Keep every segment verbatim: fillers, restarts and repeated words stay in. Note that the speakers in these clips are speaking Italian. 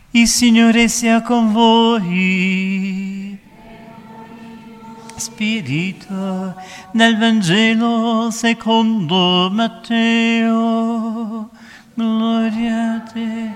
Il Signore sia con voi. Spirito nel Vangelo secondo Matteo. Gloria a te.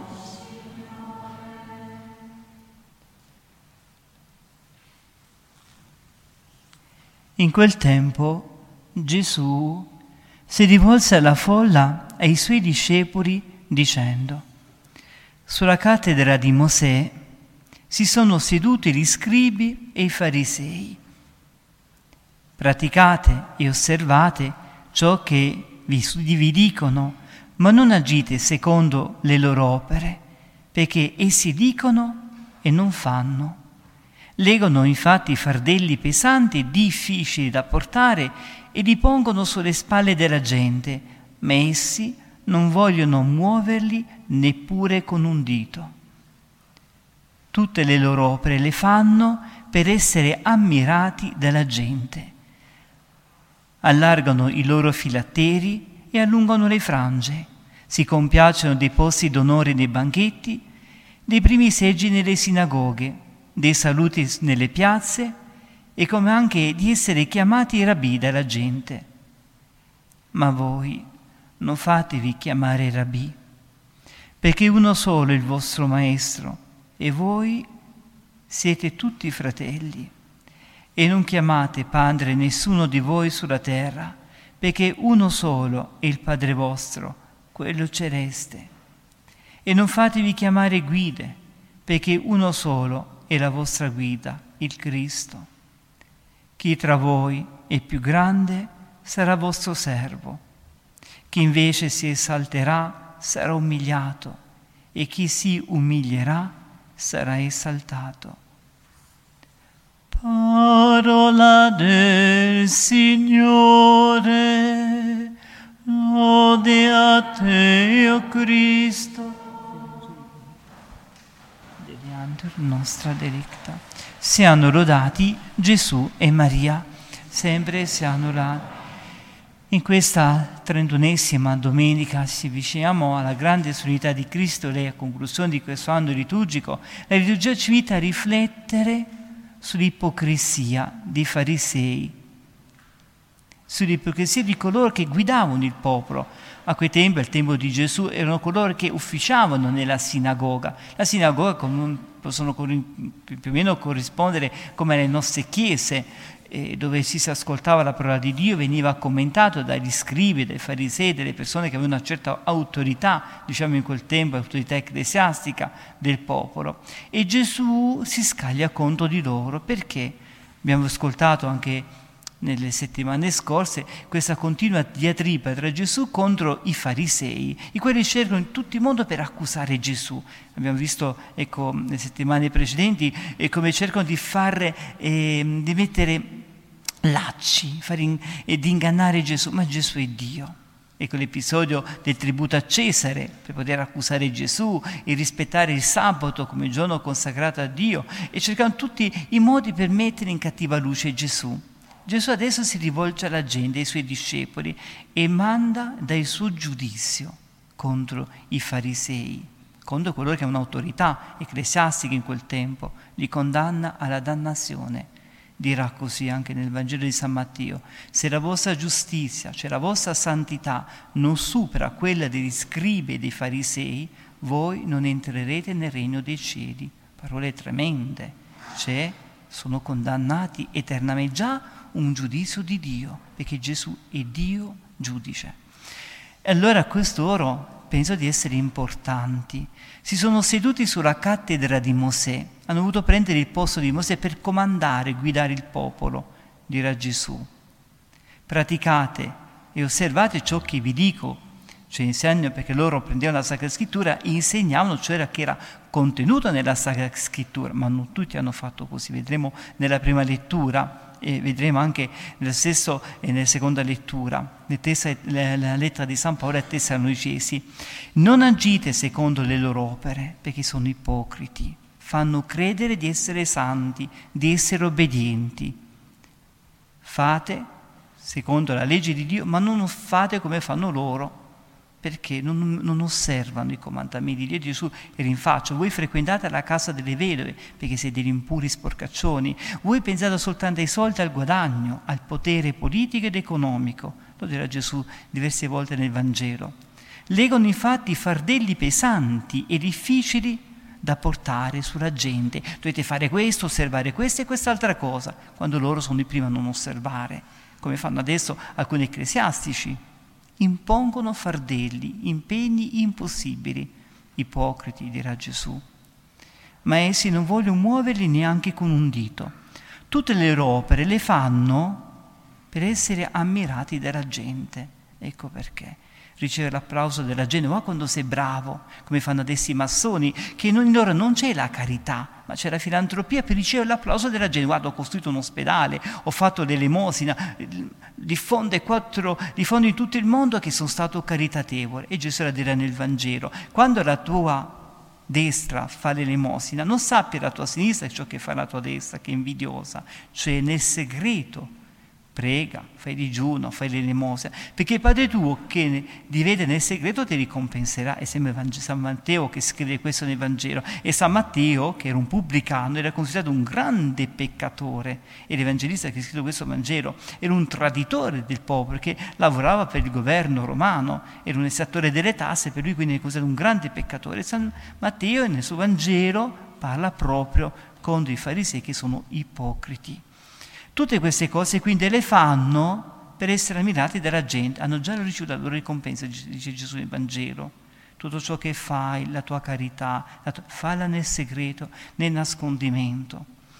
In quel tempo Gesù si rivolse alla folla e ai suoi discepoli dicendo: sulla cattedra di Mosè si sono seduti gli scribi e i farisei. Praticate e osservate ciò che vi, vi dicono, ma non agite secondo le loro opere, perché essi dicono e non fanno. Legano infatti fardelli pesanti e difficili da portare e li pongono sulle spalle della gente, ma essi non vogliono muoverli neppure con un dito. Tutte le loro opere le fanno per essere ammirati dalla gente. Allargano i loro filatteri e allungano le frange, si compiacciono dei posti d'onore nei banchetti, dei primi seggi nelle sinagoghe, dei saluti nelle piazze e come anche di essere chiamati rabbì dalla gente. Ma voi non fatevi chiamare rabbì, perché uno solo è il vostro maestro e voi siete tutti fratelli. E non chiamate padre nessuno di voi sulla terra, perché uno solo è il Padre vostro, quello celeste. E non fatevi chiamare guide, perché uno solo è la vostra guida, il Cristo. Chi tra voi è più grande sarà vostro servo. Chi invece si esalterà sarà umiliato e chi si umilierà sarà esaltato. Parola del Signore, lode a te, o Cristo. Deleantur nostra delicta. Siano lodati Gesù e Maria, sempre siano lodati. In questa trentunesima domenica ci avviciniamo alla grande solennità di Cristo, lei a conclusione di questo anno liturgico. La liturgia ci invita a riflettere sull'ipocrisia dei farisei, sull'ipocrisia di coloro che guidavano il popolo. A quei tempi, al tempo di Gesù, erano coloro che ufficiavano nella sinagoga. La sinagoga possono più o meno corrispondere come alle nostre chiese, dove si ascoltava la parola di Dio, veniva commentato dagli scribi, dai farisei, delle persone che avevano una certa autorità, diciamo in quel tempo, autorità ecclesiastica del popolo. E Gesù si scaglia contro di loro. Perché? Abbiamo ascoltato anche nelle settimane scorse questa continua diatriba tra Gesù contro i farisei, i quali cercano in tutti i modi per accusare Gesù. Abbiamo visto, ecco, nelle settimane precedenti eh, come cercano di fare, eh, di mettere lacci fare in, e di ingannare Gesù, ma Gesù è Dio. Ecco l'episodio del tributo a Cesare per poter accusare Gesù e rispettare il sabato come giorno consacrato a Dio, e cercano tutti i modi per mettere in cattiva luce Gesù. Gesù adesso si rivolge alla gente, ai suoi discepoli, e manda dal suo giudizio contro i farisei, contro coloro che hanno un'autorità ecclesiastica in quel tempo, li condanna alla dannazione. Dirà così anche nel Vangelo di San Matteo: se la vostra giustizia, cioè la vostra santità, non supera quella degli scribi e dei farisei, voi non entrerete nel regno dei cieli. Parole tremende, cioè sono condannati eternamente, già un giudizio di Dio, perché Gesù è Dio giudice. E allora costoro penso di essere importanti. Si sono seduti sulla cattedra di Mosè, hanno voluto prendere il posto di Mosè per comandare, guidare il popolo, dirà Gesù. Praticate e osservate ciò che vi dico, cioè insegno, perché loro prendevano la Sacra Scrittura e insegnavano ciò che era contenuto nella Sacra Scrittura, ma non tutti hanno fatto così. Vedremo nella prima lettura e vedremo anche nel stesso e nella seconda lettura, la lettera di San Paolo ai Tessalonicesi. Non agite secondo le loro opere, perché sono ipocriti, fanno credere di essere santi, di essere obbedienti. Fate secondo la legge di Dio, ma non fate come fanno loro, perché non, non osservano i comandamenti di Dio. Gesù è rinfaccio: voi frequentate la casa delle vedove perché siete degli impuri sporcaccioni, voi pensate soltanto ai soldi, al guadagno, al potere politico ed economico. Lo dirà Gesù diverse volte nel Vangelo. Legano infatti fardelli pesanti e difficili da portare sulla gente. Dovete fare questo, osservare questo e quest'altra cosa, quando loro sono i primi a non osservare, come fanno adesso alcuni ecclesiastici. Impongono fardelli, impegni impossibili, ipocriti, dirà Gesù. Ma essi non vogliono muoverli neanche con un dito. Tutte le loro opere le fanno per essere ammirati dalla gente. Ecco perché. Riceve l'applauso della gente, ma quando sei bravo, come fanno adesso i massoni, che in loro non c'è la carità, ma c'è la filantropia per ricevere l'applauso della gente. Guarda, ho costruito un ospedale, ho fatto l'elemosina, diffonde quattro, diffondo in tutto il mondo che sono stato caritatevole. E Gesù la dirà nel Vangelo: quando la tua destra fa l'elemosina, non sappi la tua sinistra ciò che fa la tua destra, che è invidiosa, cioè nel segreto. Prega, fai digiuno, fai l'elemosina, perché il Padre tuo che ti vede nel segreto ti ricompenserà. È sempre San Matteo che scrive questo nel Vangelo. E San Matteo, che era un pubblicano, era considerato un grande peccatore, e l'Evangelista che ha scritto questo Vangelo era un traditore del popolo, che lavorava per il governo romano, era un esattore delle tasse, per lui quindi è considerato un grande peccatore. San Matteo nel suo Vangelo parla proprio contro i farisei che sono ipocriti. Tutte queste cose quindi le fanno per essere ammirati dalla gente, hanno già ricevuto la loro ricompensa, dice Gesù nel Vangelo. Tutto ciò che fai, la tua carità, la tua, falla nel segreto, nel nascondimento.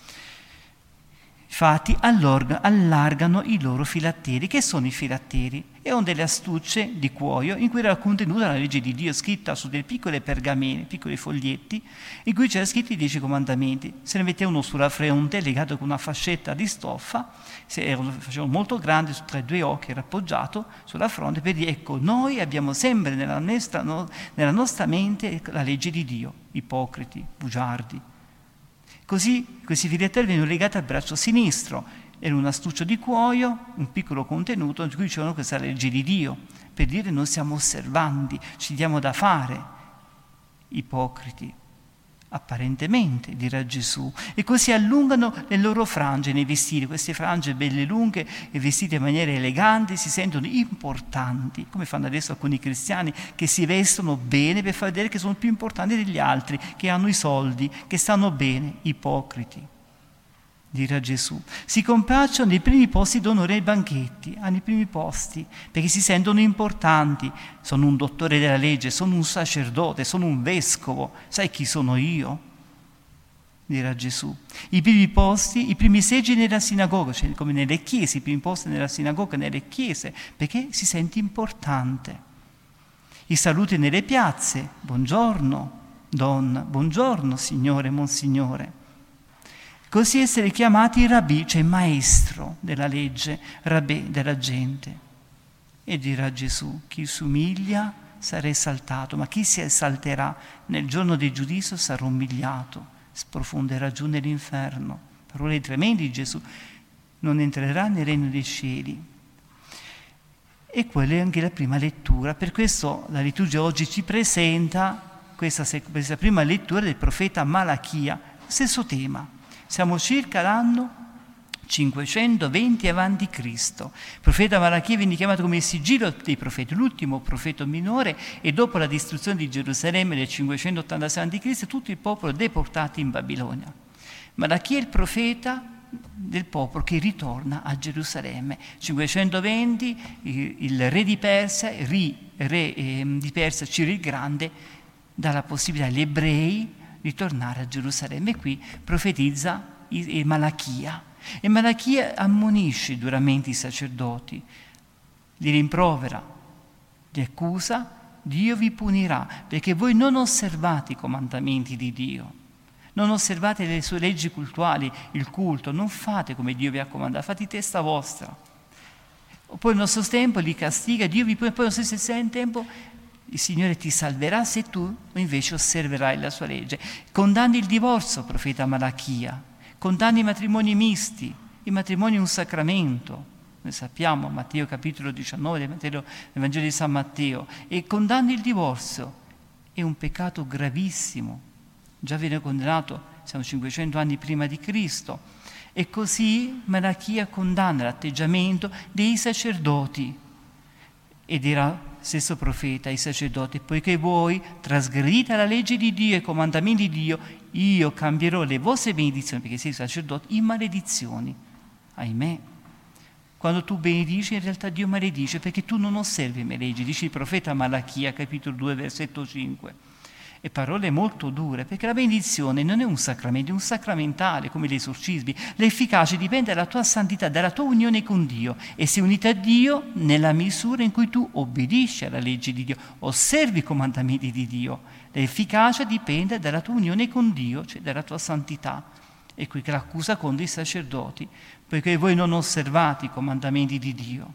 Infatti allargano i loro filatteri. Che sono i filatteri? Sono delle astucce di cuoio in cui era contenuta la legge di Dio, scritta su delle piccole pergamene, piccoli foglietti, in cui c'erano scritti i dieci comandamenti. Se ne metteva uno sulla fronte, legato con una fascetta di stoffa, se erano, facevano molto grande, tra i due occhi, era appoggiato sulla fronte, per dire: ecco, noi abbiamo sempre nella nostra, no, nella nostra mente la legge di Dio. Ipocriti, bugiardi. Così questi filatteri venivano legati al braccio sinistro. Era un astuccio di cuoio, un piccolo contenuto in cui c'erano questa legge di Dio, per dire: noi siamo osservanti, ci diamo da fare. Ipocriti, apparentemente, dirà Gesù. E così allungano le loro frange nei vestiti, queste frange belle lunghe e vestite in maniera elegante, si sentono importanti, come fanno adesso alcuni cristiani che si vestono bene per far vedere che sono più importanti degli altri, che hanno i soldi, che stanno bene. Ipocriti, dirà Gesù. Si compiacciono nei primi posti d'onore ai banchetti, hanno i primi posti, perché si sentono importanti. Sono un dottore della legge, sono un sacerdote, sono un vescovo. Sai chi sono io? Dirà Gesù. I primi posti, i primi seggi nella sinagoga, cioè come nelle chiese, i primi posti nella sinagoga, nelle chiese, perché si sente importante. I saluti nelle piazze: buongiorno donna, buongiorno signore, monsignore. Così essere chiamati rabbì, cioè maestro della legge, rabbè della gente. E dirà Gesù: chi si umilia sarà esaltato, ma chi si esalterà nel giorno del giudizio sarà umiliato, sprofonderà giù nell'inferno. Parole tremende di Gesù: non entrerà nel regno dei cieli. E quella è anche la prima lettura. Per questo la liturgia oggi ci presenta questa, questa prima lettura del profeta Malachia, stesso tema. Siamo circa l'anno cinquecentoventi avanti Cristo. Il profeta Malachia viene chiamato come il sigillo dei profeti, l'ultimo profeta minore, e dopo la distruzione di Gerusalemme del cinquecentottantasei avanti Cristo tutto il popolo deportato in Babilonia. Malachia è il profeta del popolo che ritorna a Gerusalemme. cinquecentoventi il, il re di Persia, il re eh, di Persia Ciro il Grande, dà la possibilità agli ebrei di tornare a Gerusalemme. E qui profetizza il, il Malachia. E Malachia ammonisce duramente i sacerdoti, li rimprovera, li accusa: Dio vi punirà perché voi non osservate i comandamenti di Dio, non osservate le sue leggi cultuali, il culto, non fate come Dio vi ha comandato, fate di testa vostra. Poi allo stesso tempo li castiga, Dio vi pune, poi allo stesso tempo il Signore ti salverà se tu invece osserverai la sua legge. Condanni il divorzio, profeta Malachia, condanni i matrimoni misti. Il matrimonio è un sacramento, noi sappiamo, Matteo capitolo diciannove del Vangelo, del Vangelo di San Matteo, e condanna il divorzio. È un peccato gravissimo, già viene condannato, siamo cinquecento anni prima di Cristo, e così Malachia condanna l'atteggiamento dei sacerdoti, e dirà stesso profeta ai sacerdoti: poiché voi trasgredite la legge di Dio e i comandamenti di Dio, io cambierò le vostre benedizioni, perché siete sacerdoti, in maledizioni. Ahimè, quando tu benedici, in realtà Dio maledice, perché tu non osservi le mie leggi, dice il profeta Malachia, capitolo due, versetto cinque. E parole molto dure, perché la benedizione non è un sacramento, è un sacramentale, come gli esorcismi. L'efficacia dipende dalla tua santità, dalla tua unione con Dio, e sei unita a Dio nella misura in cui tu obbedisci alla legge di Dio, osservi i comandamenti di Dio. L'efficacia dipende dalla tua unione con Dio, cioè dalla tua santità. E qui che l'accusa contro i sacerdoti, poiché voi non osservate i comandamenti di Dio.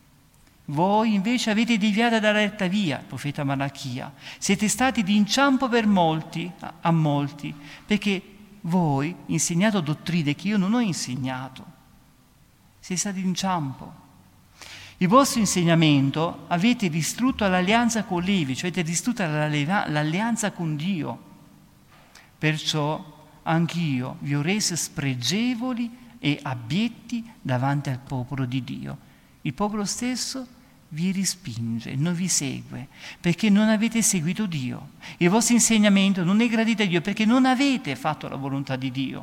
Voi invece avete deviato dalla retta via, profeta Malachia. Siete stati d'inciampo per molti, a molti, perché voi insegnate dottrine che io non ho insegnato. Siete stati d'inciampo. Il vostro insegnamento avete distrutto l'alleanza con Levi, cioè avete distrutto l'alleanza con Dio. Perciò anch'io vi ho reso spregevoli e abietti davanti al popolo di Dio. Il popolo stesso vi respinge, non vi segue, perché non avete seguito Dio. Il vostro insegnamento non è gradito a Dio, perché non avete fatto la volontà di Dio,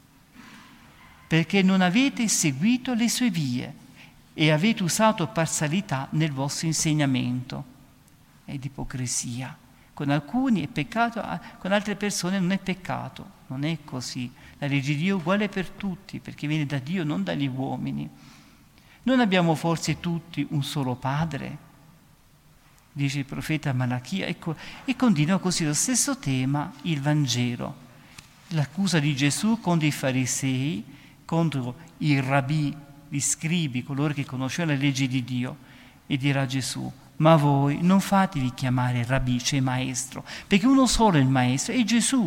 perché non avete seguito le sue vie e avete usato parzialità nel vostro insegnamento. È di ipocrisia. Con alcuni è peccato, con altre persone non è peccato. Non è così. La legge di Dio è uguale per tutti, perché viene da Dio, non dagli uomini. Non abbiamo forse tutti un solo Padre? Dice il profeta Malachia, ecco, e continua così lo stesso tema, il Vangelo. L'accusa di Gesù contro i farisei, contro i rabbì, gli scribi, coloro che conoscevano le leggi di Dio, e dirà Gesù: ma voi non fatevi chiamare rabbì, cioè maestro, perché uno solo è il maestro, è Gesù,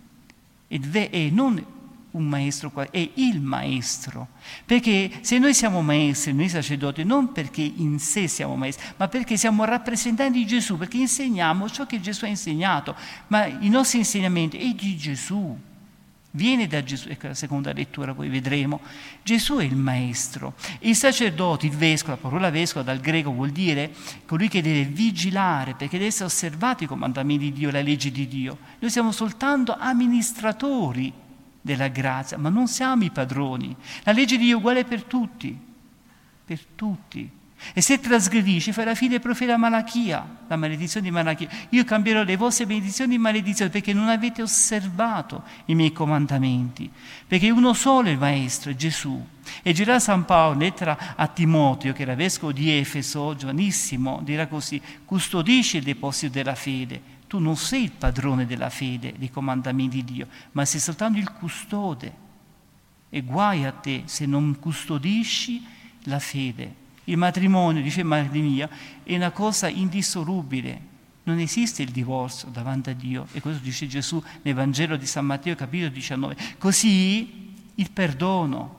e non un maestro, è il maestro. Perché se noi siamo maestri, noi sacerdoti, non perché in sé siamo maestri, ma perché siamo rappresentanti di Gesù, perché insegniamo ciò che Gesù ha insegnato, ma i nostri insegnamenti è di Gesù. Viene da Gesù, ecco la seconda lettura, poi vedremo. Gesù è il maestro. Il sacerdote, il vescovo, la parola vescovo dal greco vuol dire colui che deve vigilare, perché deve essere osservati i comandamenti di Dio, la legge di Dio. Noi siamo soltanto amministratori della grazia, ma non siamo i padroni. La legge di Dio è uguale per tutti, per tutti. E se trasgredisci fai la fine del profeta Malachia, la maledizione di Malachia. Io cambierò le vostre benedizioni in maledizioni, perché non avete osservato i miei comandamenti. Perché uno solo è il Maestro, è Gesù. E dirà San Paolo, lettera a Timoteo, che era vescovo di Efeso, giovanissimo, dirà così: custodisci il deposito della fede. Tu non sei il padrone della fede, dei comandamenti di Dio, ma sei soltanto il custode. E guai a te se non custodisci la fede. Il matrimonio, dice Malachia, è una cosa indissolubile. Non esiste il divorzio davanti a Dio. E questo dice Gesù nel Vangelo di San Matteo, capitolo diciannove. Così il perdono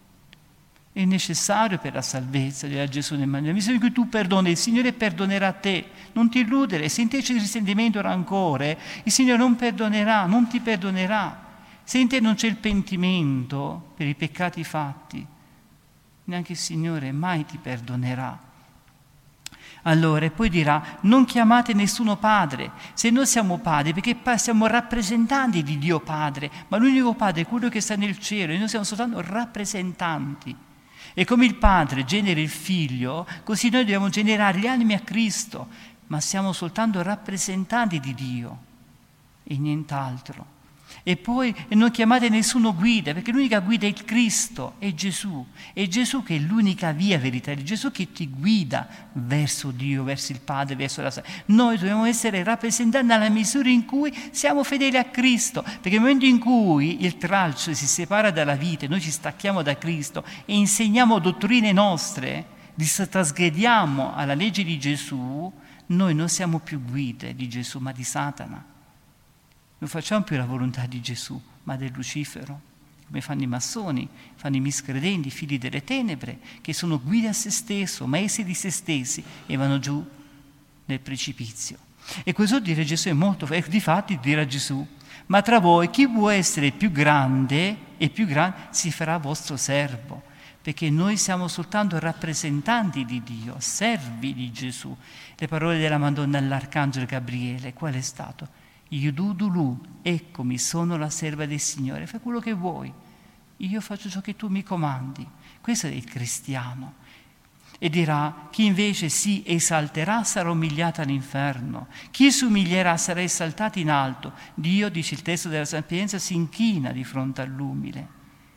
è necessario per la salvezza, dirà Gesù nel Vangelo. Nella misura in cui tu perdoni, il Signore perdonerà a te. Non ti illudere. Se in te c'è risentimento o rancore, il Signore non perdonerà, non ti perdonerà. Se in te non c'è il pentimento per i peccati fatti, neanche il Signore mai ti perdonerà. Allora, e poi dirà: non chiamate nessuno padre. Se noi siamo padri, perché siamo rappresentanti di Dio Padre, ma l'unico Padre è quello che sta nel cielo, e noi siamo soltanto rappresentanti. E come il Padre genera il Figlio, così noi dobbiamo generare gli animi a Cristo, ma siamo soltanto rappresentanti di Dio e nient'altro. E poi non chiamate nessuno guida, perché l'unica guida è il Cristo, è Gesù. È Gesù che è l'unica via verità, è Gesù che ti guida verso Dio, verso il Padre, verso la salvezza. Noi dobbiamo essere rappresentanti nella misura in cui siamo fedeli a Cristo, perché nel momento in cui il tralcio si separa dalla vita, noi ci stacchiamo da Cristo e insegniamo dottrine nostre, trasgrediamo alla legge di Gesù, noi non siamo più guide di Gesù, ma di Satana. Non facciamo più la volontà di Gesù, ma del Lucifero. come fanno i massoni, fanno i miscredenti, i figli delle tenebre, che sono guide a se stesso, maestri di se stessi, e vanno giù nel precipizio. E questo dire Gesù è molto, e difatti dirà Gesù, ma tra voi chi vuole essere più grande e più grande si farà vostro servo, perché noi siamo soltanto rappresentanti di Dio, servi di Gesù. Le parole della Madonna all'Arcangelo Gabriele, qual è stato? Iududulu, eccomi, sono la serva del Signore, fai quello che vuoi, io faccio ciò che tu mi comandi. Questo è il cristiano. E dirà, chi invece si esalterà sarà umiliato all'inferno, chi si umilierà sarà esaltato in alto. Dio, dice il testo della Sapienza, si inchina di fronte all'umile.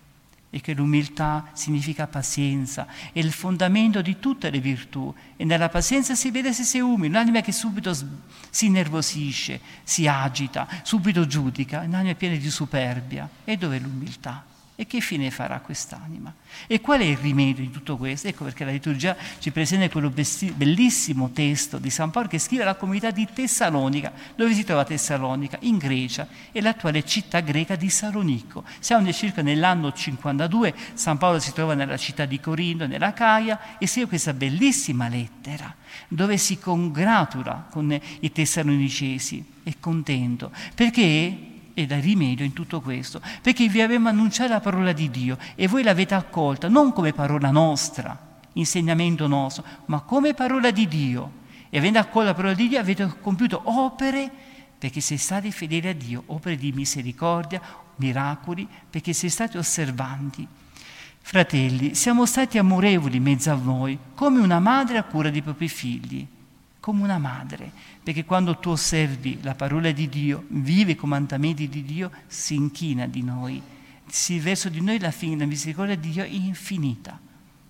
E che l'umiltà significa pazienza, è il fondamento di tutte le virtù, e nella pazienza si vede se sei umile. Un'anima che subito si innervosisce, si agita, subito giudica, è un'anima piena di superbia. E dov'è l'umiltà? E che fine farà quest'anima? E qual è il rimedio di tutto questo? Ecco perché la liturgia ci presenta quello bellissimo testo di San Paolo che scrive alla comunità di Tessalonica. Dove si trova Tessalonica? In Grecia, è l'attuale città greca di Salonico. Siamo circa nell'anno cinquantadue, San Paolo si trova nella città di Corinto, nella Caia, e scrive questa bellissima lettera dove si congratula con i tessalonicesi, è contento, perché e dà rimedio in tutto questo, perché vi abbiamo annunciato la parola di Dio e voi l'avete accolta non come parola nostra, insegnamento nostro, ma come parola di Dio. E avendo accolto la parola di Dio avete compiuto opere perché siete stati fedeli a Dio, opere di misericordia, miracoli, perché siete stati osservanti. Fratelli, siamo stati amorevoli in mezzo a voi, come una madre a cura dei propri figli. Come una madre, perché quando tu osservi la parola di Dio, vivi i comandamenti di Dio, si inchina di noi, si verso di noi la, la misericordia di Dio è infinita.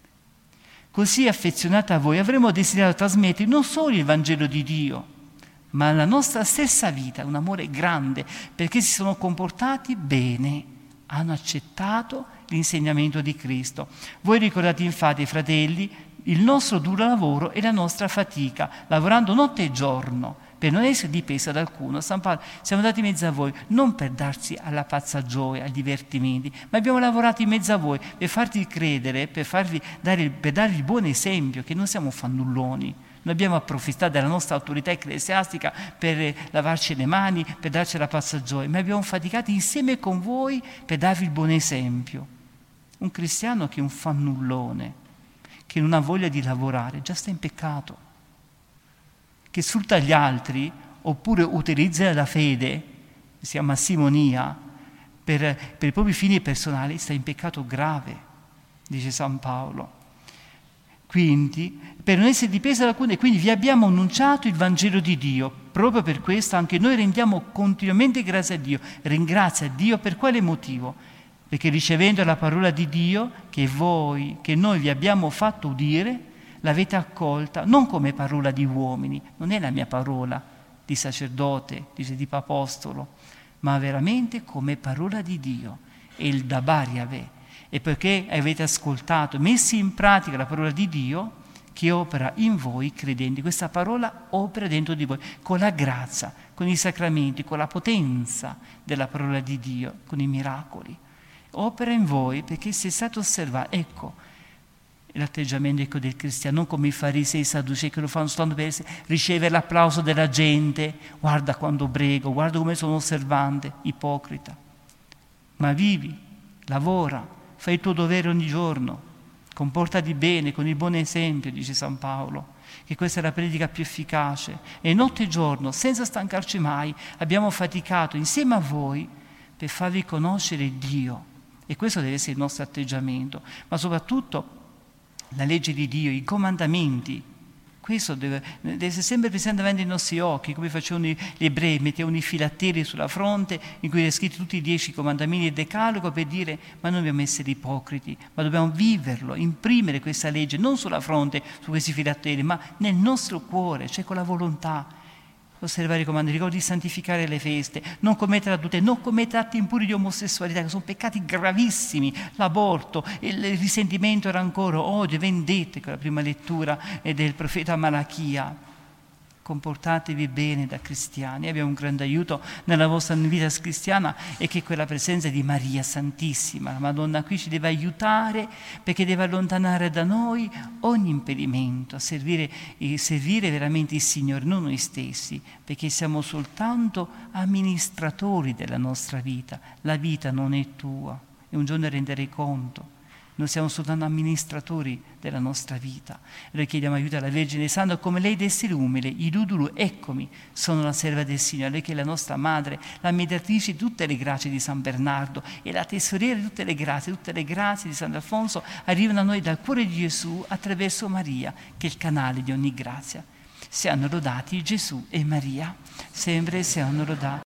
Così affezionata a voi avremo desiderato trasmettere non solo il Vangelo di Dio, ma la nostra stessa vita, un amore grande, perché si sono comportati bene, hanno accettato l'insegnamento di Cristo. Voi ricordate infatti, fratelli, il nostro duro lavoro e la nostra fatica, lavorando notte e giorno, per non essere dipesa da alcuno. San Paolo, siamo andati in mezzo a voi, non per darci alla pazza gioia, ai divertimenti, ma abbiamo lavorato in mezzo a voi per farvi credere, per, farvi dare, per darvi il buon esempio, che non siamo fannulloni. Noi abbiamo approfittato della nostra autorità ecclesiastica per lavarci le mani, per darci la pazza gioia, ma abbiamo faticato insieme con voi per darvi il buon esempio. Un cristiano che è un fannullone, che non ha voglia di lavorare, già sta in peccato, che sfrutta gli altri oppure utilizza la fede, si chiama simonia, per, per i propri fini personali, sta in peccato grave, dice San Paolo. Quindi, per non essere dipesa da alcuno, e quindi vi abbiamo annunciato il Vangelo di Dio. Proprio per questo anche noi rendiamo continuamente grazie a Dio. Ringrazia Dio per quale motivo? Perché ricevendo la parola di Dio, che voi, che noi vi abbiamo fatto udire, l'avete accolta non come parola di uomini, non è la mia parola di sacerdote, di apostolo, ma veramente come parola di Dio, è il Dabar Yahweh. E perché avete ascoltato, messi in pratica la parola di Dio, che opera in voi credenti. Questa parola opera dentro di voi, con la grazia, con i sacramenti, con la potenza della parola di Dio, con i miracoli. Opera in voi perché siete stati osservati. Ecco l'atteggiamento ecco, del cristiano, non come i farisei e i sadducei che lo fanno soltanto per ricevere l'applauso della gente. Guarda quando prego, guarda come sono osservante, ipocrita. Ma vivi, lavora, fai il tuo dovere ogni giorno, comportati bene, con il buon esempio, dice San Paolo, che questa è la predica più efficace. E notte e giorno, senza stancarci mai, abbiamo faticato insieme a voi per farvi conoscere Dio. E questo deve essere il nostro atteggiamento, ma soprattutto la legge di Dio, i comandamenti. Questo deve, deve essere sempre presente davanti ai nostri occhi, come facevano gli ebrei, mettevano i filatteri sulla fronte in cui erano scritti tutti i dieci comandamenti del Decalogo per dire ma non dobbiamo essere ipocriti, ma dobbiamo viverlo, imprimere questa legge non sulla fronte, su questi filatteri, ma nel nostro cuore, cioè con la volontà. Osservare i comandi, ricordi di santificare le feste, non commettere adulterio, non commettere atti impuri di omosessualità, che sono peccati gravissimi, l'aborto, il risentimento, il rancore, odio, vendette, con la prima lettura del profeta Malachia. comportatevi bene da cristiani. Abbiamo un grande aiuto nella vostra vita cristiana e che è quella presenza di Maria Santissima. La Madonna qui ci deve aiutare perché deve allontanare da noi ogni impedimento a servire, eh, servire veramente il Signore, non noi stessi, perché siamo soltanto amministratori della nostra vita. La vita non è tua e un giorno renderai conto. Noi siamo soltanto amministratori della nostra vita. Noi chiediamo aiuto alla Vergine Santa, come lei d'essere umile, i dudulu, eccomi, sono la serva del Signore, lei che è la nostra madre, la mediatrice di tutte le grazie di San Bernardo e la tesoriera di tutte le grazie, tutte le grazie di Sant'Alfonso arrivano a noi dal cuore di Gesù attraverso Maria, che è il canale di ogni grazia. Siano lodati Gesù e Maria, sempre siano lodati.